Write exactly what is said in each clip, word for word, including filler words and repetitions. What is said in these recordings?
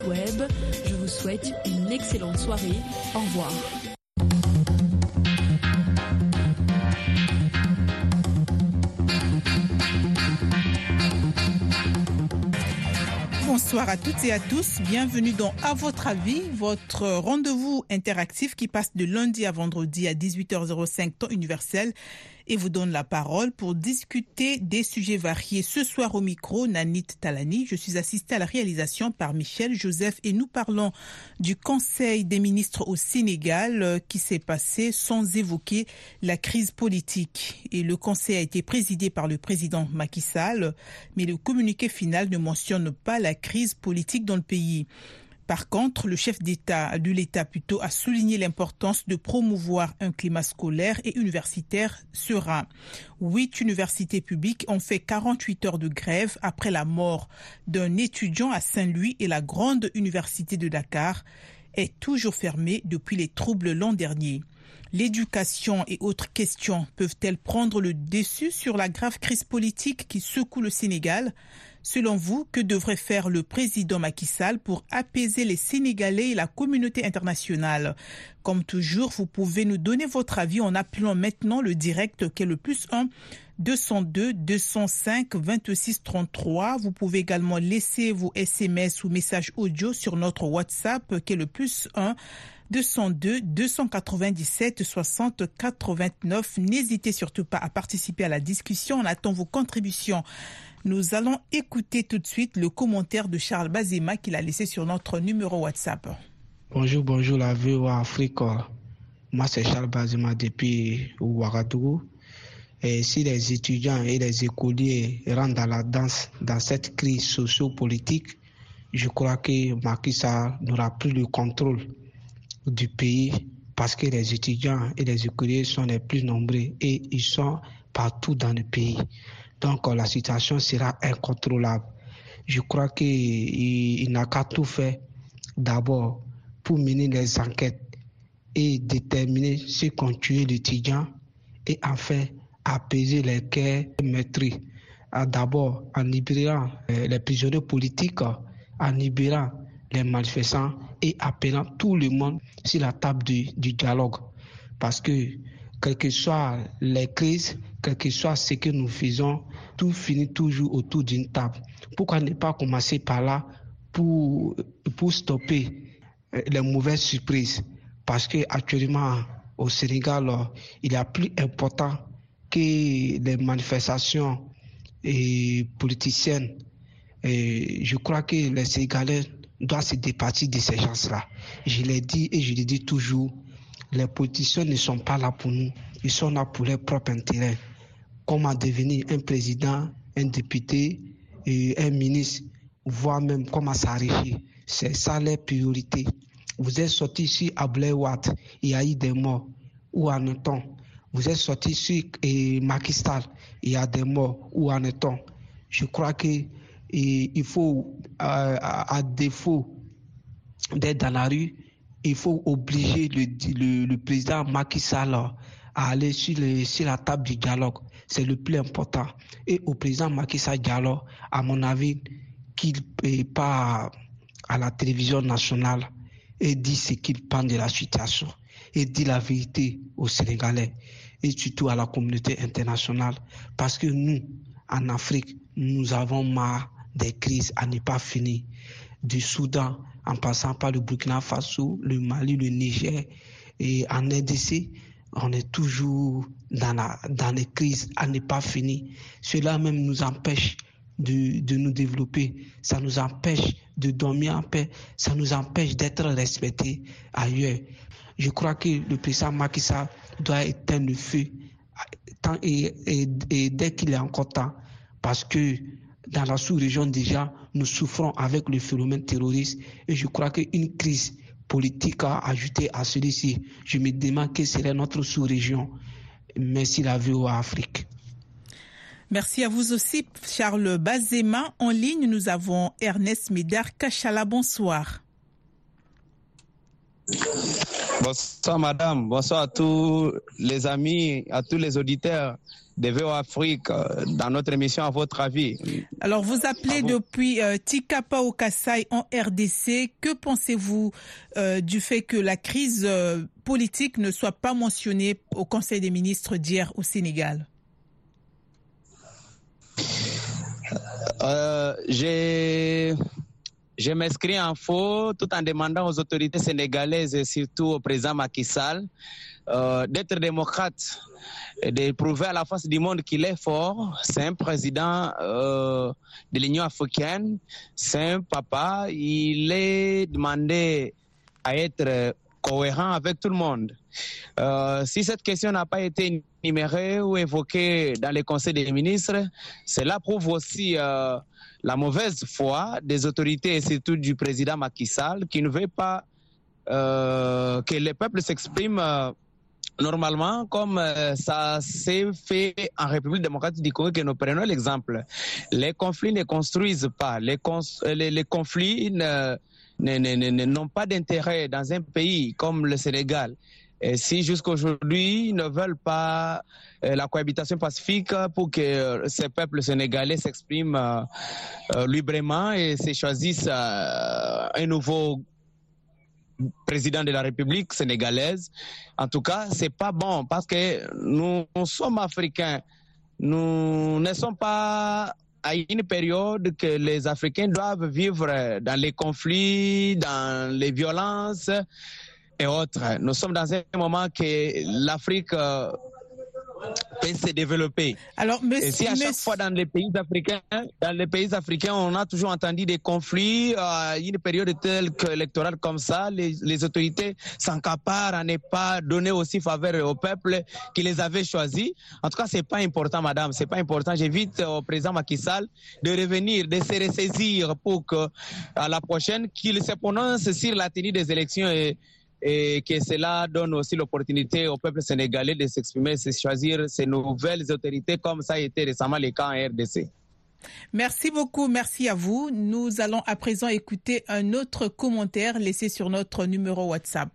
Web, je vous souhaite une excellente soirée. Au revoir. Bonsoir à toutes et à tous, bienvenue dans À votre avis, votre rendez-vous interactif qui passe de lundi à vendredi à dix-huit heures cinq temps universel et vous donne la parole pour discuter des sujets variés. Ce soir au micro, Nanit Talani, je suis assistée à la réalisation par Michel Joseph et nous parlons du Conseil des ministres au Sénégal qui s'est passé sans évoquer la crise politique. Et le Conseil a été présidé par le président Macky Sall, mais le communiqué final ne mentionne pas la crise politique dans le pays. Par contre, le chef d'État, de l'État plutôt, a souligné l'importance de promouvoir un climat scolaire et universitaire serein. Huit universités publiques ont fait quarante-huit heures de grève après la mort d'un étudiant à Saint-Louis et la grande université de Dakar est toujours fermée depuis les troubles l'an dernier. L'éducation et autres questions peuvent-elles prendre le dessus sur la grave crise politique qui secoue le Sénégal ? Selon vous, que devrait faire le président Macky Sall pour apaiser les Sénégalais et la communauté internationale ? Comme toujours, vous pouvez nous donner votre avis en appelant maintenant le direct qui est le plus un deux zéro deux deux zéro cinq vingt-six trente-trois. Vous pouvez également laisser vos S M S ou messages audio sur notre WhatsApp qui est le plus un deux zéro deux deux cent quatre-vingt-dix-sept soixante quatre-vingt-neuf. N'hésitez surtout pas à participer à la discussion. On attend vos contributions. Nous allons écouter tout de suite le commentaire de Charles Bazema qu'il a laissé sur notre numéro WhatsApp. Bonjour, bonjour la V O A Afrique. Moi c'est Charles Bazema depuis Ouagadougou. Et si les étudiants et les écoliers rentrent dans la danse, dans cette crise socio-politique, je crois que Macky Sall n'aura plus le contrôle du pays parce que les étudiants et les écoliers sont les plus nombreux et ils sont partout dans le pays. Donc la situation sera incontrôlable. Je crois qu'il il n'a qu'à tout faire d'abord pour mener les enquêtes et déterminer ce qu'ont tué l'étudiant et enfin apaiser les cœurs meurtris. D'abord en libérant les prisonniers politiques, en libérant les manifestants et appelant tout le monde sur la table du, du dialogue. Parce que quelles que soient les crises, quel que soit ce que nous faisons, tout finit toujours autour d'une table. Pourquoi ne pas commencer par là pour, pour stopper les mauvaises surprises? Parce qu'actuellement, au Sénégal, il y a plus important que les manifestations et politiciennes. Et je crois que les Sénégalais doivent se départir de ces gens-là. Je l'ai dit et je le dis toujours, les politiciens ne sont pas là pour nous, ils sont là pour leur propre intérêt. Comment devenir un président, un député, et un ministre, voire même comment s'enrichir. C'est ça leur priorité. Vous êtes sorti ici à Blair Watt, il y a eu des morts, où en est-on? Vous êtes sorti ici à Macky Sall, il y a des morts, où en est-on? Je crois que et, il faut, euh, à, à défaut d'être dans la rue, il faut obliger le, le, le président Macky Sall à aller sur, le, sur la table du dialogue. C'est le plus important. Et au président Macky Sall Diallo, à mon avis, qu'il ne pas à la télévision nationale et dit ce qu'il pense de la situation et dit la vérité aux Sénégalais et surtout à la communauté internationale. Parce que nous, en Afrique, nous avons marre des crises à ne pas finir. Du Soudan, en passant par le Burkina Faso, le Mali, le Niger et en R D C, on est toujours dans, la, dans les crises à ne pas finir. Cela même nous empêche de, de nous développer. Ça nous empêche de dormir en paix. Ça nous empêche d'être respectés ailleurs. Je crois que le président Macky Sall doit éteindre le feu tant et, et, et dès qu'il est encore temps. Parce que dans la sous-région déjà, nous souffrons avec le phénomène terroriste. Et je crois qu'une crise politique à ajouter à celui-ci. Je me demande quelle serait notre sous-région. Merci la V O A Afrique. Merci à vous aussi, Charles Bazema. En ligne, nous avons Ernest Médard Kachala. Bonsoir. Bonsoir madame, bonsoir à tous les amis, à tous les auditeurs de V O Afrique dans notre émission À votre avis. Alors vous appelez depuis euh, Tikapa au Kasaï en R D C. Que pensez-vous euh, du fait que la crise euh, politique ne soit pas mentionnée au Conseil des ministres d'hier au Sénégal? Euh, j'ai... Je m'inscris en faux tout en demandant aux autorités sénégalaises et surtout au président Macky Sall euh, d'être démocrate et de prouver à la face du monde qu'il est fort. C'est un président euh, de l'Union africaine, c'est un papa. Il est demandé à être cohérent avec tout le monde. Euh, si cette question n'a pas été énumérée ou évoquée dans les conseils des ministres, cela prouve aussi euh, la mauvaise foi des autorités et surtout du président Macky Sall qui ne veut pas euh, que le peuple s'exprime euh, normalement comme euh, ça s'est fait en République démocratique du Congo, que nous prenons l'exemple. Les conflits ne construisent pas, les, cons les, les conflits ne, ne, ne, ne, n'ont pas d'intérêt dans un pays comme le Sénégal. Et si jusqu'aujourd'hui ils ne veulent pas euh, la cohabitation pacifique pour que euh, ces peuples sénégalais s'expriment euh, euh, librement et se choisissent euh, un nouveau président de la République sénégalaise, en tout cas, c'est pas bon parce que nous, nous sommes africains. Nous ne sommes pas à une période que les Africains doivent vivre dans les conflits, dans les violences et autres. Nous sommes dans un moment que l'Afrique euh, peut se développer. Alors, monsieur, et si à chaque monsieur... fois dans les pays africains, dans les pays africains, on a toujours entendu des conflits, euh, une période telle que électorale comme ça, les, les autorités s'encaparent à ne pas donner aussi faveur au peuple qui les avait choisis. En tout cas, c'est pas important, madame, c'est pas important. J'invite au président Macky Sall de revenir, de se ressaisir pour que à la prochaine qu'il se prononce sur la tenue des élections et et que cela donne aussi l'opportunité au peuple sénégalais de s'exprimer, de choisir ces nouvelles autorités comme ça a été récemment le cas en R D C. Merci beaucoup, merci à vous. Nous allons à présent écouter un autre commentaire laissé sur notre numéro WhatsApp.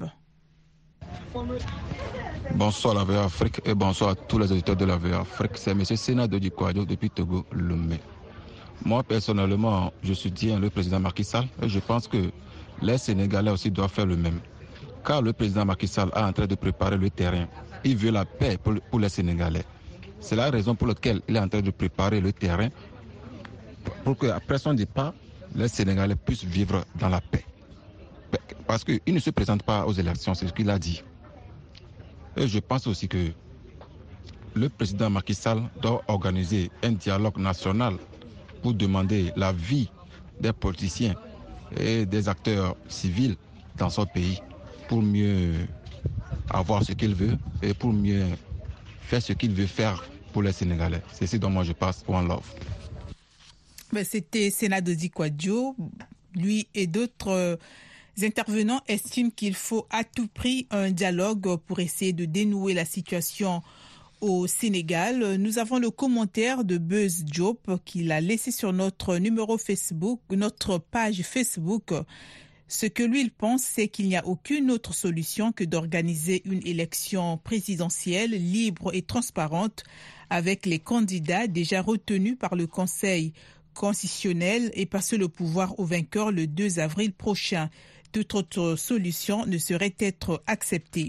Bonsoir la V O Afrique et bonsoir à tous les auditeurs de la V O Afrique. C'est M. Sénado du Kouadio depuis Togo, Lomé. Moi, personnellement, je soutiens le président Macky Sall et je pense que les Sénégalais aussi doivent faire le même. Car le président Macky Sall est en train de préparer le terrain. Il veut la paix pour, pour les Sénégalais. C'est la raison pour laquelle il est en train de préparer le terrain pour qu'après son départ, les Sénégalais puissent vivre dans la paix. Parce qu'il ne se présente pas aux élections, c'est ce qu'il a dit. Et je pense aussi que le président Macky Sall doit organiser un dialogue national pour demander l'avis des politiciens et des acteurs civils dans son pays, pour mieux avoir ce qu'il veut et pour mieux faire ce qu'il veut faire pour les Sénégalais. C'est ce dont moi je passe. One love. Ben, c'était Sénado Kouadio. Lui et d'autres euh, intervenants estiment qu'il faut à tout prix un dialogue pour essayer de dénouer la situation au Sénégal. Nous avons le commentaire de Buzz Diop qu'il a laissé sur notre numéro Facebook, notre page Facebook. Ce que lui, il pense, c'est qu'il n'y a aucune autre solution que d'organiser une élection présidentielle libre et transparente avec les candidats déjà retenus par le Conseil constitutionnel et passer le pouvoir au vainqueur le deux avril prochain. Toute autre solution ne saurait être acceptée.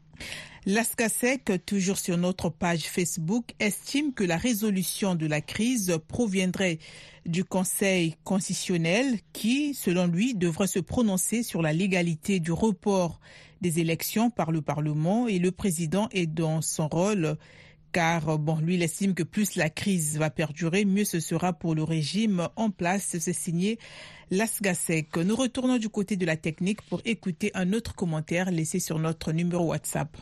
L'Ascasec, toujours sur notre page Facebook, estime que la résolution de la crise proviendrait du Conseil constitutionnel qui, selon lui, devrait se prononcer sur la légalité du report des élections par le Parlement et le président est dans son rôle car bon, lui, il estime que plus la crise va perdurer, mieux ce sera pour le régime en place. C'est signé l'Asgasec. Nous retournons du côté de la technique pour écouter un autre commentaire laissé sur notre numéro WhatsApp.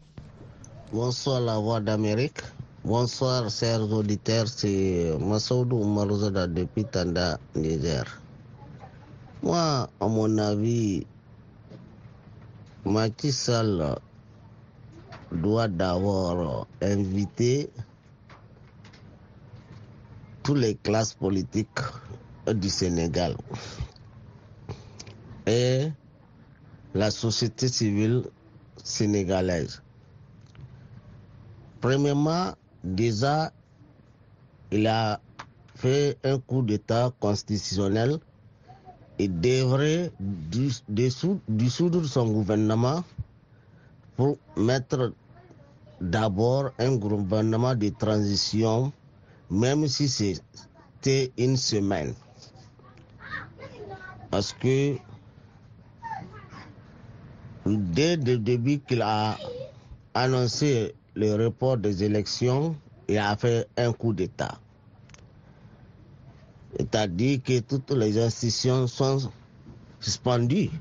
Bonsoir la Voix d'Amérique. Bonsoir chers auditeurs, c'est Massoudou Oumarouzoda depuis Tanda, Niger. Moi, à mon avis, Macky Sall doit d'abord inviter toutes les classes politiques du Sénégal et la société civile sénégalaise. Premièrement, déjà, il a fait un coup d'État constitutionnel. Il devrait dissoudre son gouvernement pour mettre d'abord un gouvernement de transition, même si c'était une semaine. Parce que dès le début qu'il a annoncé le report des élections, il a fait un coup d'État. C'est-à-dire que toutes les institutions sont suspendues.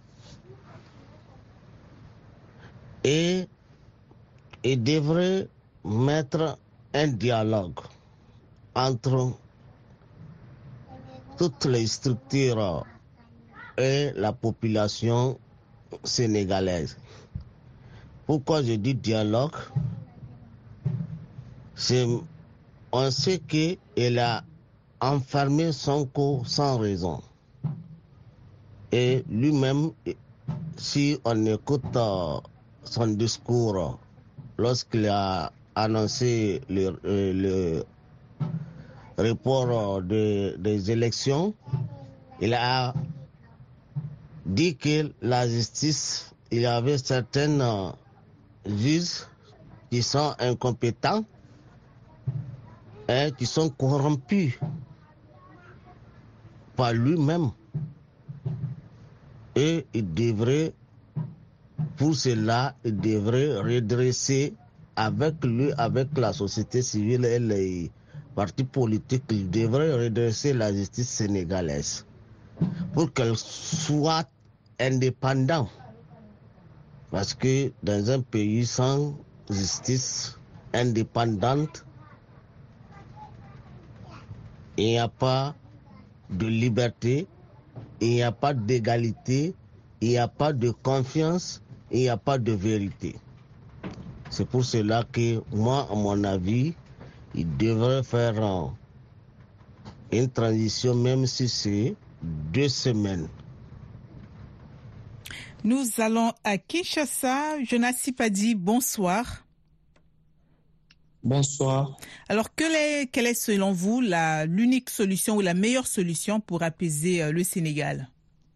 Et il devrait mettre un dialogue entre toutes les structures et la population sénégalaise. Pourquoi je dis dialogue? C'est, on sait qu'il a enfermé son corps sans raison. Et lui-même, si on écoute son discours lorsqu'il a annoncé le, le report de, des élections, il a dit que la justice, il y avait certaines juges qui sont incompétents et qui sont corrompus par lui-même. Et il devrait, pour cela, il devrait redresser avec lui, avec la société civile et les partis politiques, il devrait redresser la justice sénégalaise pour qu'elle soit indépendante. Parce que dans un pays sans justice indépendante, il n'y a pas de liberté, il n'y a pas d'égalité, il n'y a pas de confiance, il n'y a pas de vérité. C'est pour cela que moi, à mon avis, il devrait faire une transition, même si c'est deux semaines. Nous allons à Kinshasa. Jonas Sipadi, bonsoir. Bonsoir. Alors, quelle est, quelle est selon vous la, l'unique solution ou la meilleure solution pour apaiser euh, le Sénégal?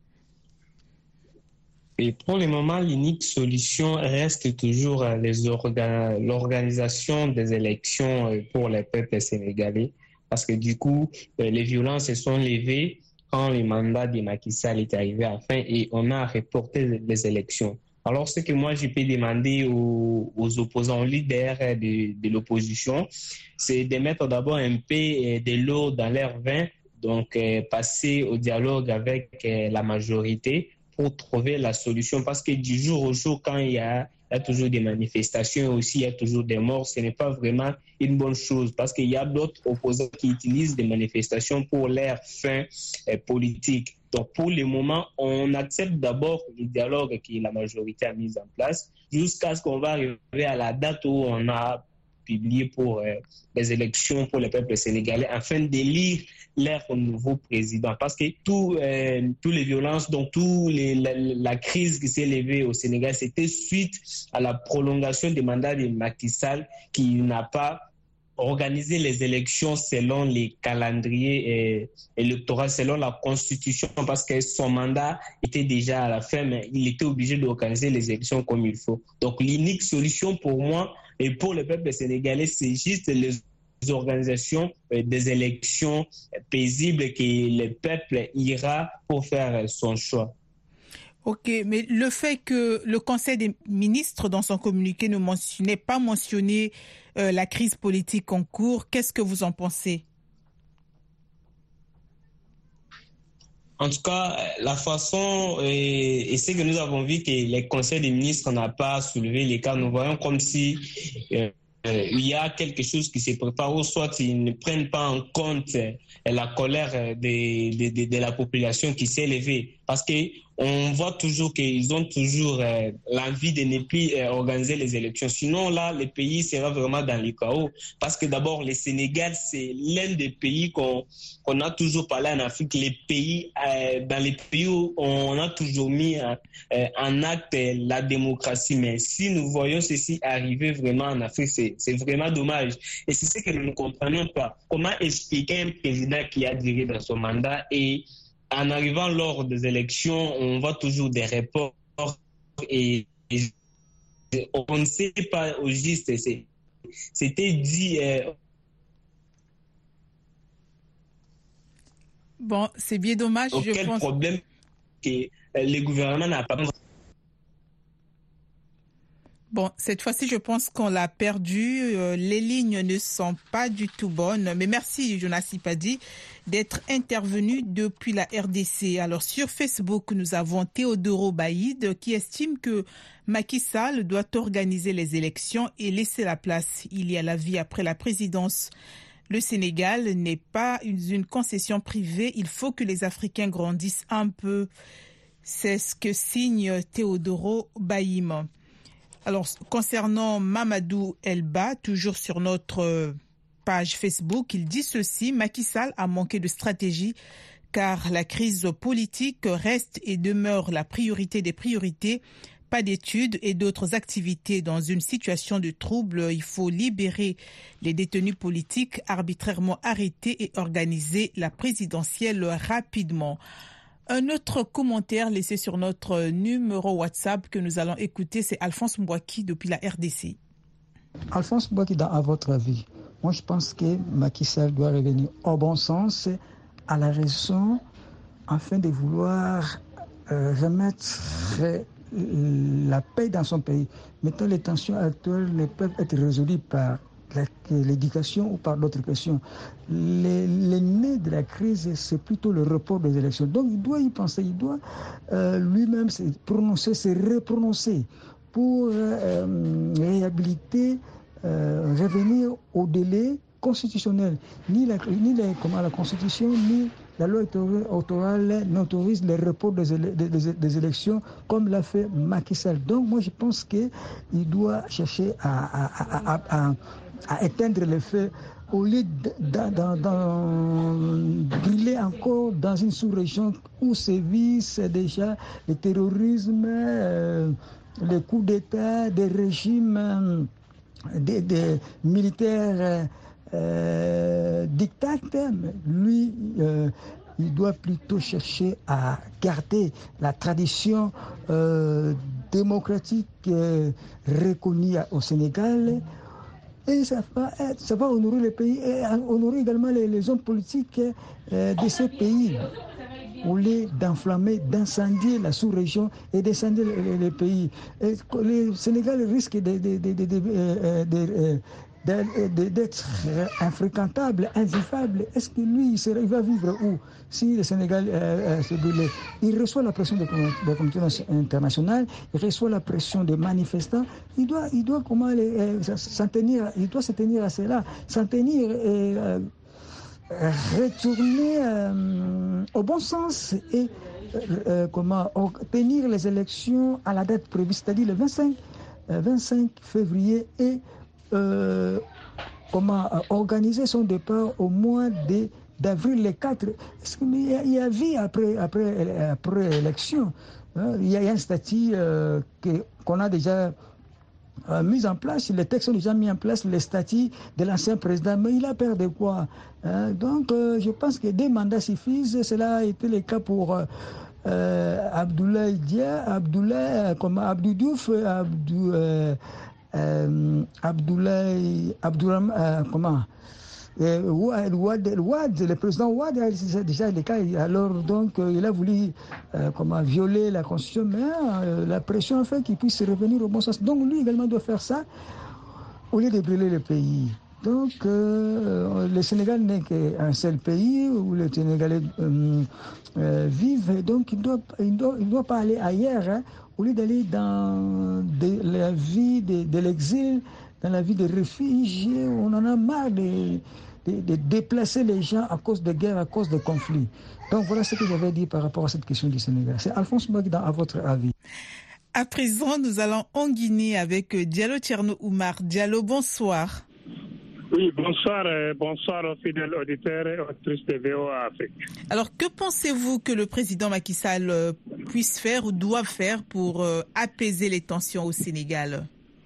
Et pour le moment, l'unique solution reste toujours les orga- l'organisation des élections pour les peuples sénégalais. Parce que du coup, les violences se sont levées quand le mandat de Macky Sall est arrivé à fin et on a reporté les élections. Alors, ce que moi, je peux demander aux, aux opposants, aux leaders de, de l'opposition, c'est de mettre d'abord un peu de l'eau dans leur vin, donc euh, passer au dialogue avec euh, la majorité pour trouver la solution. Parce que du jour au jour, quand il y a, il y a toujours des manifestations aussi, il y a toujours des morts, ce n'est pas vraiment une bonne chose. Parce qu'il y a d'autres opposants qui utilisent des manifestations pour leur fin euh, politique. Donc, pour le moment, on accepte d'abord le dialogue que la majorité a mis en place jusqu'à ce qu'on va arriver à la date où on a publié pour euh, les élections pour le peuple sénégalais afin d'élire leur nouveau président. Parce que tout, euh, toutes les violences, donc toute la, la crise qui s'est levée au Sénégal, c'était suite à la prolongation des mandats de Macky Sall qui n'a pas organiser les élections selon les calendriers électoraux, selon la Constitution, parce que son mandat était déjà à la fin, mais il était obligé d'organiser les élections comme il faut. Donc l'unique solution pour moi et pour le peuple sénégalais, c'est juste les organisations des élections paisibles que le peuple ira pour faire son choix. Ok, mais le fait que le Conseil des ministres, dans son communiqué, ne mentionnait pas mentionné euh, la crise politique en cours, qu'est-ce que vous en pensez? En tout cas, la façon, et, et c'est que nous avons vu que le Conseil des ministres n'a pas soulevé les cas, nous voyons comme si euh, euh, il y a quelque chose qui se prépare, ou soit ils ne prennent pas en compte euh, la colère de, de, de, de la population qui s'est élevée. parce qu'on voit toujours qu'ils ont toujours euh, l'envie de ne plus euh, organiser les élections. Sinon, là, le pays sera vraiment dans le chaos. Parce que d'abord, le Sénégal, c'est l'un des pays qu'on, qu'on a toujours parlé en Afrique, les pays, euh, dans les pays où on a toujours mis euh, en acte la démocratie. Mais si nous voyons ceci arriver vraiment en Afrique, c'est, c'est vraiment dommage. Et c'est ce que nous ne comprenons pas. Comment expliquer un président qui a duré dans son mandat et en arrivant lors des élections, on voit toujours des reports et, et on ne sait pas au juste. C'est, c'était dit. Euh... Bon, c'est bien dommage. Donc, je quel pense... problème que le gouvernement n'a pas. Bon, cette fois-ci, je pense qu'on l'a perdu. Euh, les lignes ne sont pas du tout bonnes. Mais merci, Jonas Ipadi, d'être intervenu depuis la R D C. Alors, sur Facebook, nous avons Théodoro Baïd qui estime que Macky Sall doit organiser les élections et laisser la place. Il y a la vie après la présidence. Le Sénégal n'est pas une concession privée. Il faut que les Africains grandissent un peu. C'est ce que signe Théodoro Baïm. Alors, concernant Mamadou Elba, toujours sur notre page Facebook, il dit ceci: Macky Sall a manqué de stratégie car la crise politique reste et demeure la priorité des priorités. Pas d'études et d'autres activités dans une situation de trouble. Il faut libérer les détenus politiques arbitrairement arrêtés et organiser la présidentielle rapidement. Un autre commentaire laissé sur notre numéro WhatsApp que nous allons écouter, c'est Alphonse Mbouaki depuis la R D C. Alphonse Mbouaki, dans, à votre avis, moi je pense que Macky Sall doit revenir au bon sens, à la raison, afin de vouloir euh, remettre euh, la paix dans son pays. Maintenant, les tensions actuelles ne peuvent être résolues par l'éducation ou par d'autres questions. Les, les nez de la crise, c'est plutôt le report des élections. Donc, il doit y penser, il doit euh, lui-même se prononcer, se reprononcer pour euh, réhabiliter, euh, revenir au délai constitutionnel. Ni la, ni la, comment, la Constitution, ni la loi électorale n'autorise le report des, des, des, des élections comme l'a fait Macky Sall. Donc, moi, je pense qu'il doit chercher à, à, à, à à éteindre le feu au lieu de brûler encore dans une sous-région où sévissent déjà le terrorisme, euh, les coups d'État, des régimes, euh, des, des militaires euh, dictateurs. Lui, euh, il doit plutôt chercher à garder la tradition euh, démocratique euh, reconnue au Sénégal. Et ça va, être, ça va honorer le pays et honorer également les, les hommes politiques euh, de ce pays. Au lieu d'enflammer, d'incendier la sous-région et d'incendier le, le pays. Et le Sénégal risque de, de, de, de, de, de, de, de, de, d'être infréquentable, invivable. Est-ce que lui, il, sera, il va vivre où si le Sénégal euh, euh, se brûle? Il reçoit la pression de la communauté internationale, il reçoit la pression des manifestants. Il doit, il doit comment les, euh, s'en tenir, il doit se tenir à cela, s'en tenir et euh, retourner euh, au bon sens et euh, comment tenir les élections à la date prévue, c'est-à-dire le vingt-cinq, euh, vingt-cinq février et Euh, comment euh, organiser son départ au mois de, d'avril le quatre. Est-ce qu'il y a, il y a vie après, après, après l'élection, hein? Il y a un statut euh, que, qu'on a déjà euh, mis en place, les textes sont déjà mis en place, le statut de l'ancien président, mais il a peur de quoi, hein? Donc euh, je pense que des mandats suffisent. Cela a été le cas pour euh, euh, Abdoulaye Dia, Abdoulaye, euh, comme Abdou Diouf, Abdou... Euh, Euh, Abdoulaye, Abdoulaye, euh, comment euh, Ouad, Ouad, Ouad, le président Ouad a déjà le cas. Alors donc euh, il a voulu euh, comment violer la constitution, mais euh, la pression a fait qu'il puisse revenir au bon sens. Donc lui également doit faire ça au lieu de brûler le pays. Donc euh, le Sénégal n'est qu'un seul pays où les Sénégalais euh, euh, vivent. Donc il ne doit, il doit, il doit pas aller ailleurs. Hein. Au lieu d'aller dans de la vie de, de l'exil, dans la vie des réfugiés, on en a marre de, de, de déplacer les gens à cause de guerres, à cause de conflits. Donc voilà ce que j'avais dit par rapport à cette question du Sénégal. C'est Alphonse Magda, à votre avis. À présent, nous allons en Guinée avec Diallo Tcherno Oumar. Diallo, bonsoir. Oui, bonsoir, euh, bonsoir aux fidèles auditeurs et auditrices de V O A Afrique. Alors, que pensez-vous que le président Macky Sall euh, puisse faire ou doit faire pour euh, apaiser les tensions au Sénégal?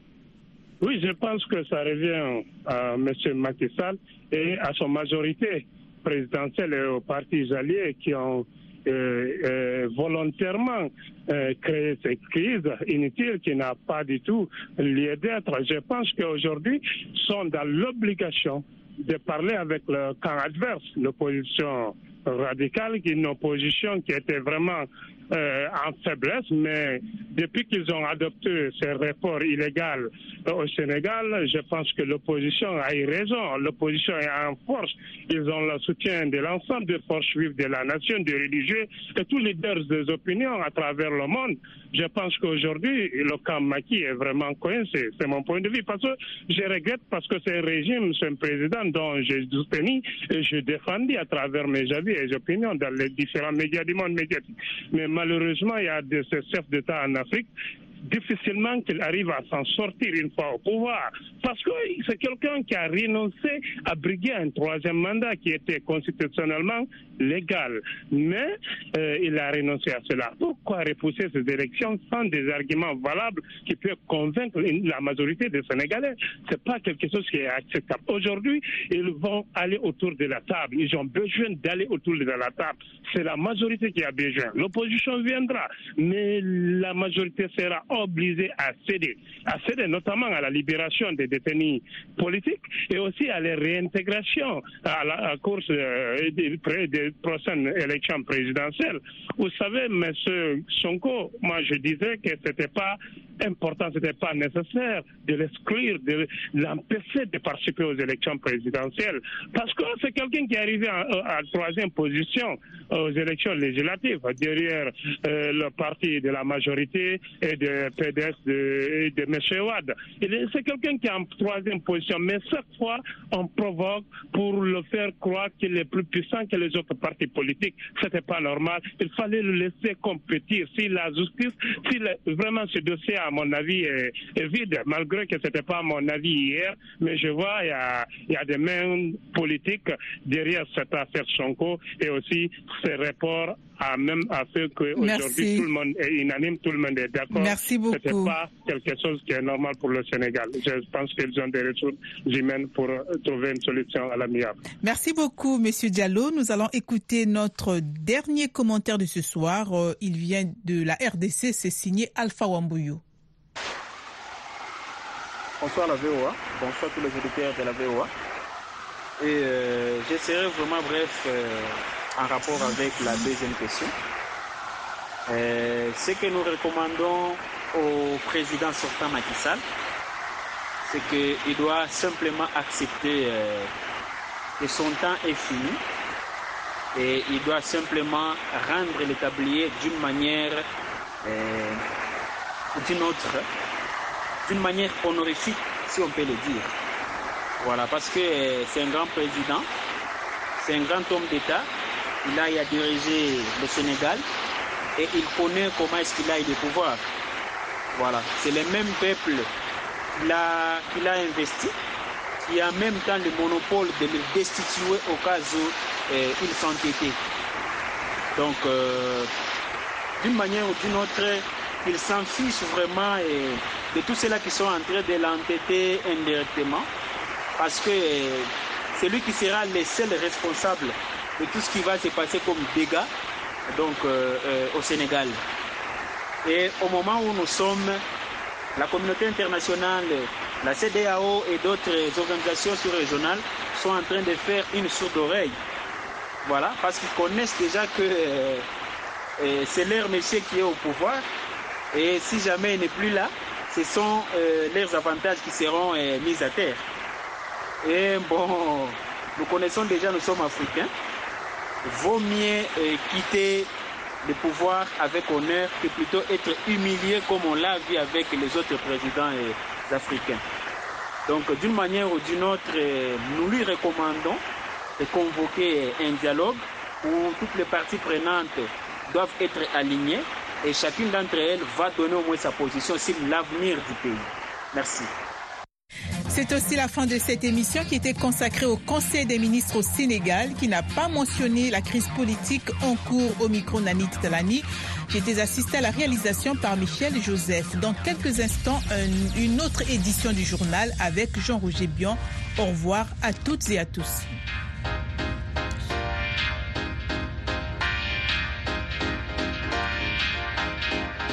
Oui, je pense que ça revient à M. Macky Sall et à son majorité présidentielle et aux partis alliés qui ont Euh, euh, volontairement euh, créer cette crise inutile qui n'a pas du tout lieu d'être. Je pense qu'aujourd'hui, ils sont dans l'obligation de parler avec le camp adverse, l'opposition radicale, qui est une opposition qui était vraiment euh, en faiblesse, mais depuis qu'ils ont adopté ces reports illégaux au Sénégal, je pense que l'opposition a eu raison. L'opposition est en force. Ils ont le soutien de l'ensemble des forces juives de la nation, des religieux et tous les leaders des opinions à travers le monde. Je pense qu'aujourd'hui, le camp Macky est vraiment coincé. C'est mon point de vue. Parce que je regrette parce que c'est un régime, c'est un président dont j'ai soutenu et je défendis à travers mes avis et mes opinions dans les différents médias du monde médiatique. Mais malheureusement, il y a de ces chefs d'État en Afrique difficilement qu'il arrive à s'en sortir une fois au pouvoir. Parce que c'est quelqu'un qui a renoncé à briguer un troisième mandat qui était constitutionnellement légal. Mais euh, il a renoncé à cela. Pourquoi repousser ces élections sans des arguments valables qui peuvent convaincre la majorité des Sénégalais? C'est pas quelque chose qui est acceptable. Aujourd'hui, ils vont aller autour de la table. Ils ont besoin d'aller autour de la table. C'est la majorité qui a besoin. L'opposition viendra, mais la majorité sera obligée à céder. À céder notamment à la libération des détenus politiques et aussi à la réintégration à la à course euh, des, des prochaines élections présidentielles. Vous savez, M. Sonko, moi je disais que c'était pas important, c'était pas nécessaire de l'exclure, de l'empêcher de participer aux élections présidentielles. Parce que c'est quelqu'un qui est arrivé à, à troisième position aux élections législatives, derrière euh, le parti de la majorité et de P D S de, de M. Ouad. C'est quelqu'un qui est en troisième position, mais chaque fois on provoque pour le faire croire qu'il est plus puissant que les autres partis politiques. C'était pas normal. Il fallait le laisser compétir. Si la justice, si le, vraiment ce dossier, à mon avis, est, est vide, malgré que c'était pas mon avis hier, mais je vois il y a, il y a des mains politiques derrière cette affaire Sonko et aussi ces rapports a même a fait qu'aujourd'hui tout le monde est unanime, tout le monde est d'accord. Merci beaucoup. C'était pas quelque chose qui est normal pour le Sénégal. Je pense qu'ils ont des ressources humaines pour trouver une solution à l'amiable. Merci beaucoup, Monsieur Diallo. Nous allons écouter notre dernier commentaire de ce soir. Il vient de la R D C, c'est signé Alpha Wambouyou. Bonsoir la V O A, bonsoir tous les auditeurs de la V O A. Et euh, je serai vraiment bref euh, en rapport avec la deuxième question. Euh, ce que nous recommandons au président sortant Macky Sall, c'est qu'il doit simplement accepter euh, que son temps est fini et il doit simplement rendre le tablier d'une manière euh, ou d'une autre, d'une manière honorifique, si on peut le dire. Voilà, parce que euh, c'est un grand président, c'est un grand homme d'État. Il a, il a dirigé le Sénégal et il connaît comment est-ce qu'il a eu le pouvoir. Voilà, c'est le même peuple qu'il a, qu'il a investi, qui a en même temps le monopole de le destituer au cas où euh, il s'entêtait. Donc, euh, d'une manière ou d'une autre, il s'en fiche vraiment euh, de tous ceux-là qui sont en train de l'entêter indirectement, parce que euh, c'est lui qui sera le seul responsable de tout ce qui va se passer comme dégâts donc, euh, euh, au Sénégal. Et au moment où nous sommes, la communauté internationale, la C D A O et d'autres organisations sous-régionales sont en train de faire une sourde oreille. Voilà, parce qu'ils connaissent déjà que euh, euh, c'est leur monsieur qui est au pouvoir. Et si jamais il n'est plus là, ce sont euh, leurs avantages qui seront euh, mis à terre. Et bon, nous connaissons déjà, nous sommes africains. Vaut mieux euh, quitter le pouvoir avec honneur que plutôt être humilié comme on l'a vu avec les autres présidents euh, africains. Donc, d'une manière ou d'une autre, nous lui recommandons de convoquer un dialogue où toutes les parties prenantes doivent être alignées et chacune d'entre elles va donner au moins sa position sur l'avenir du pays. Merci. C'est aussi la fin de cette émission qui était consacrée au Conseil des ministres au Sénégal, qui n'a pas mentionné la crise politique en cours. Au micro Nani Talani. J'étais assistée à la réalisation par Michel Joseph. Dans quelques instants, un, une autre édition du journal avec Jean-Roger Bion. Au revoir à toutes et à tous.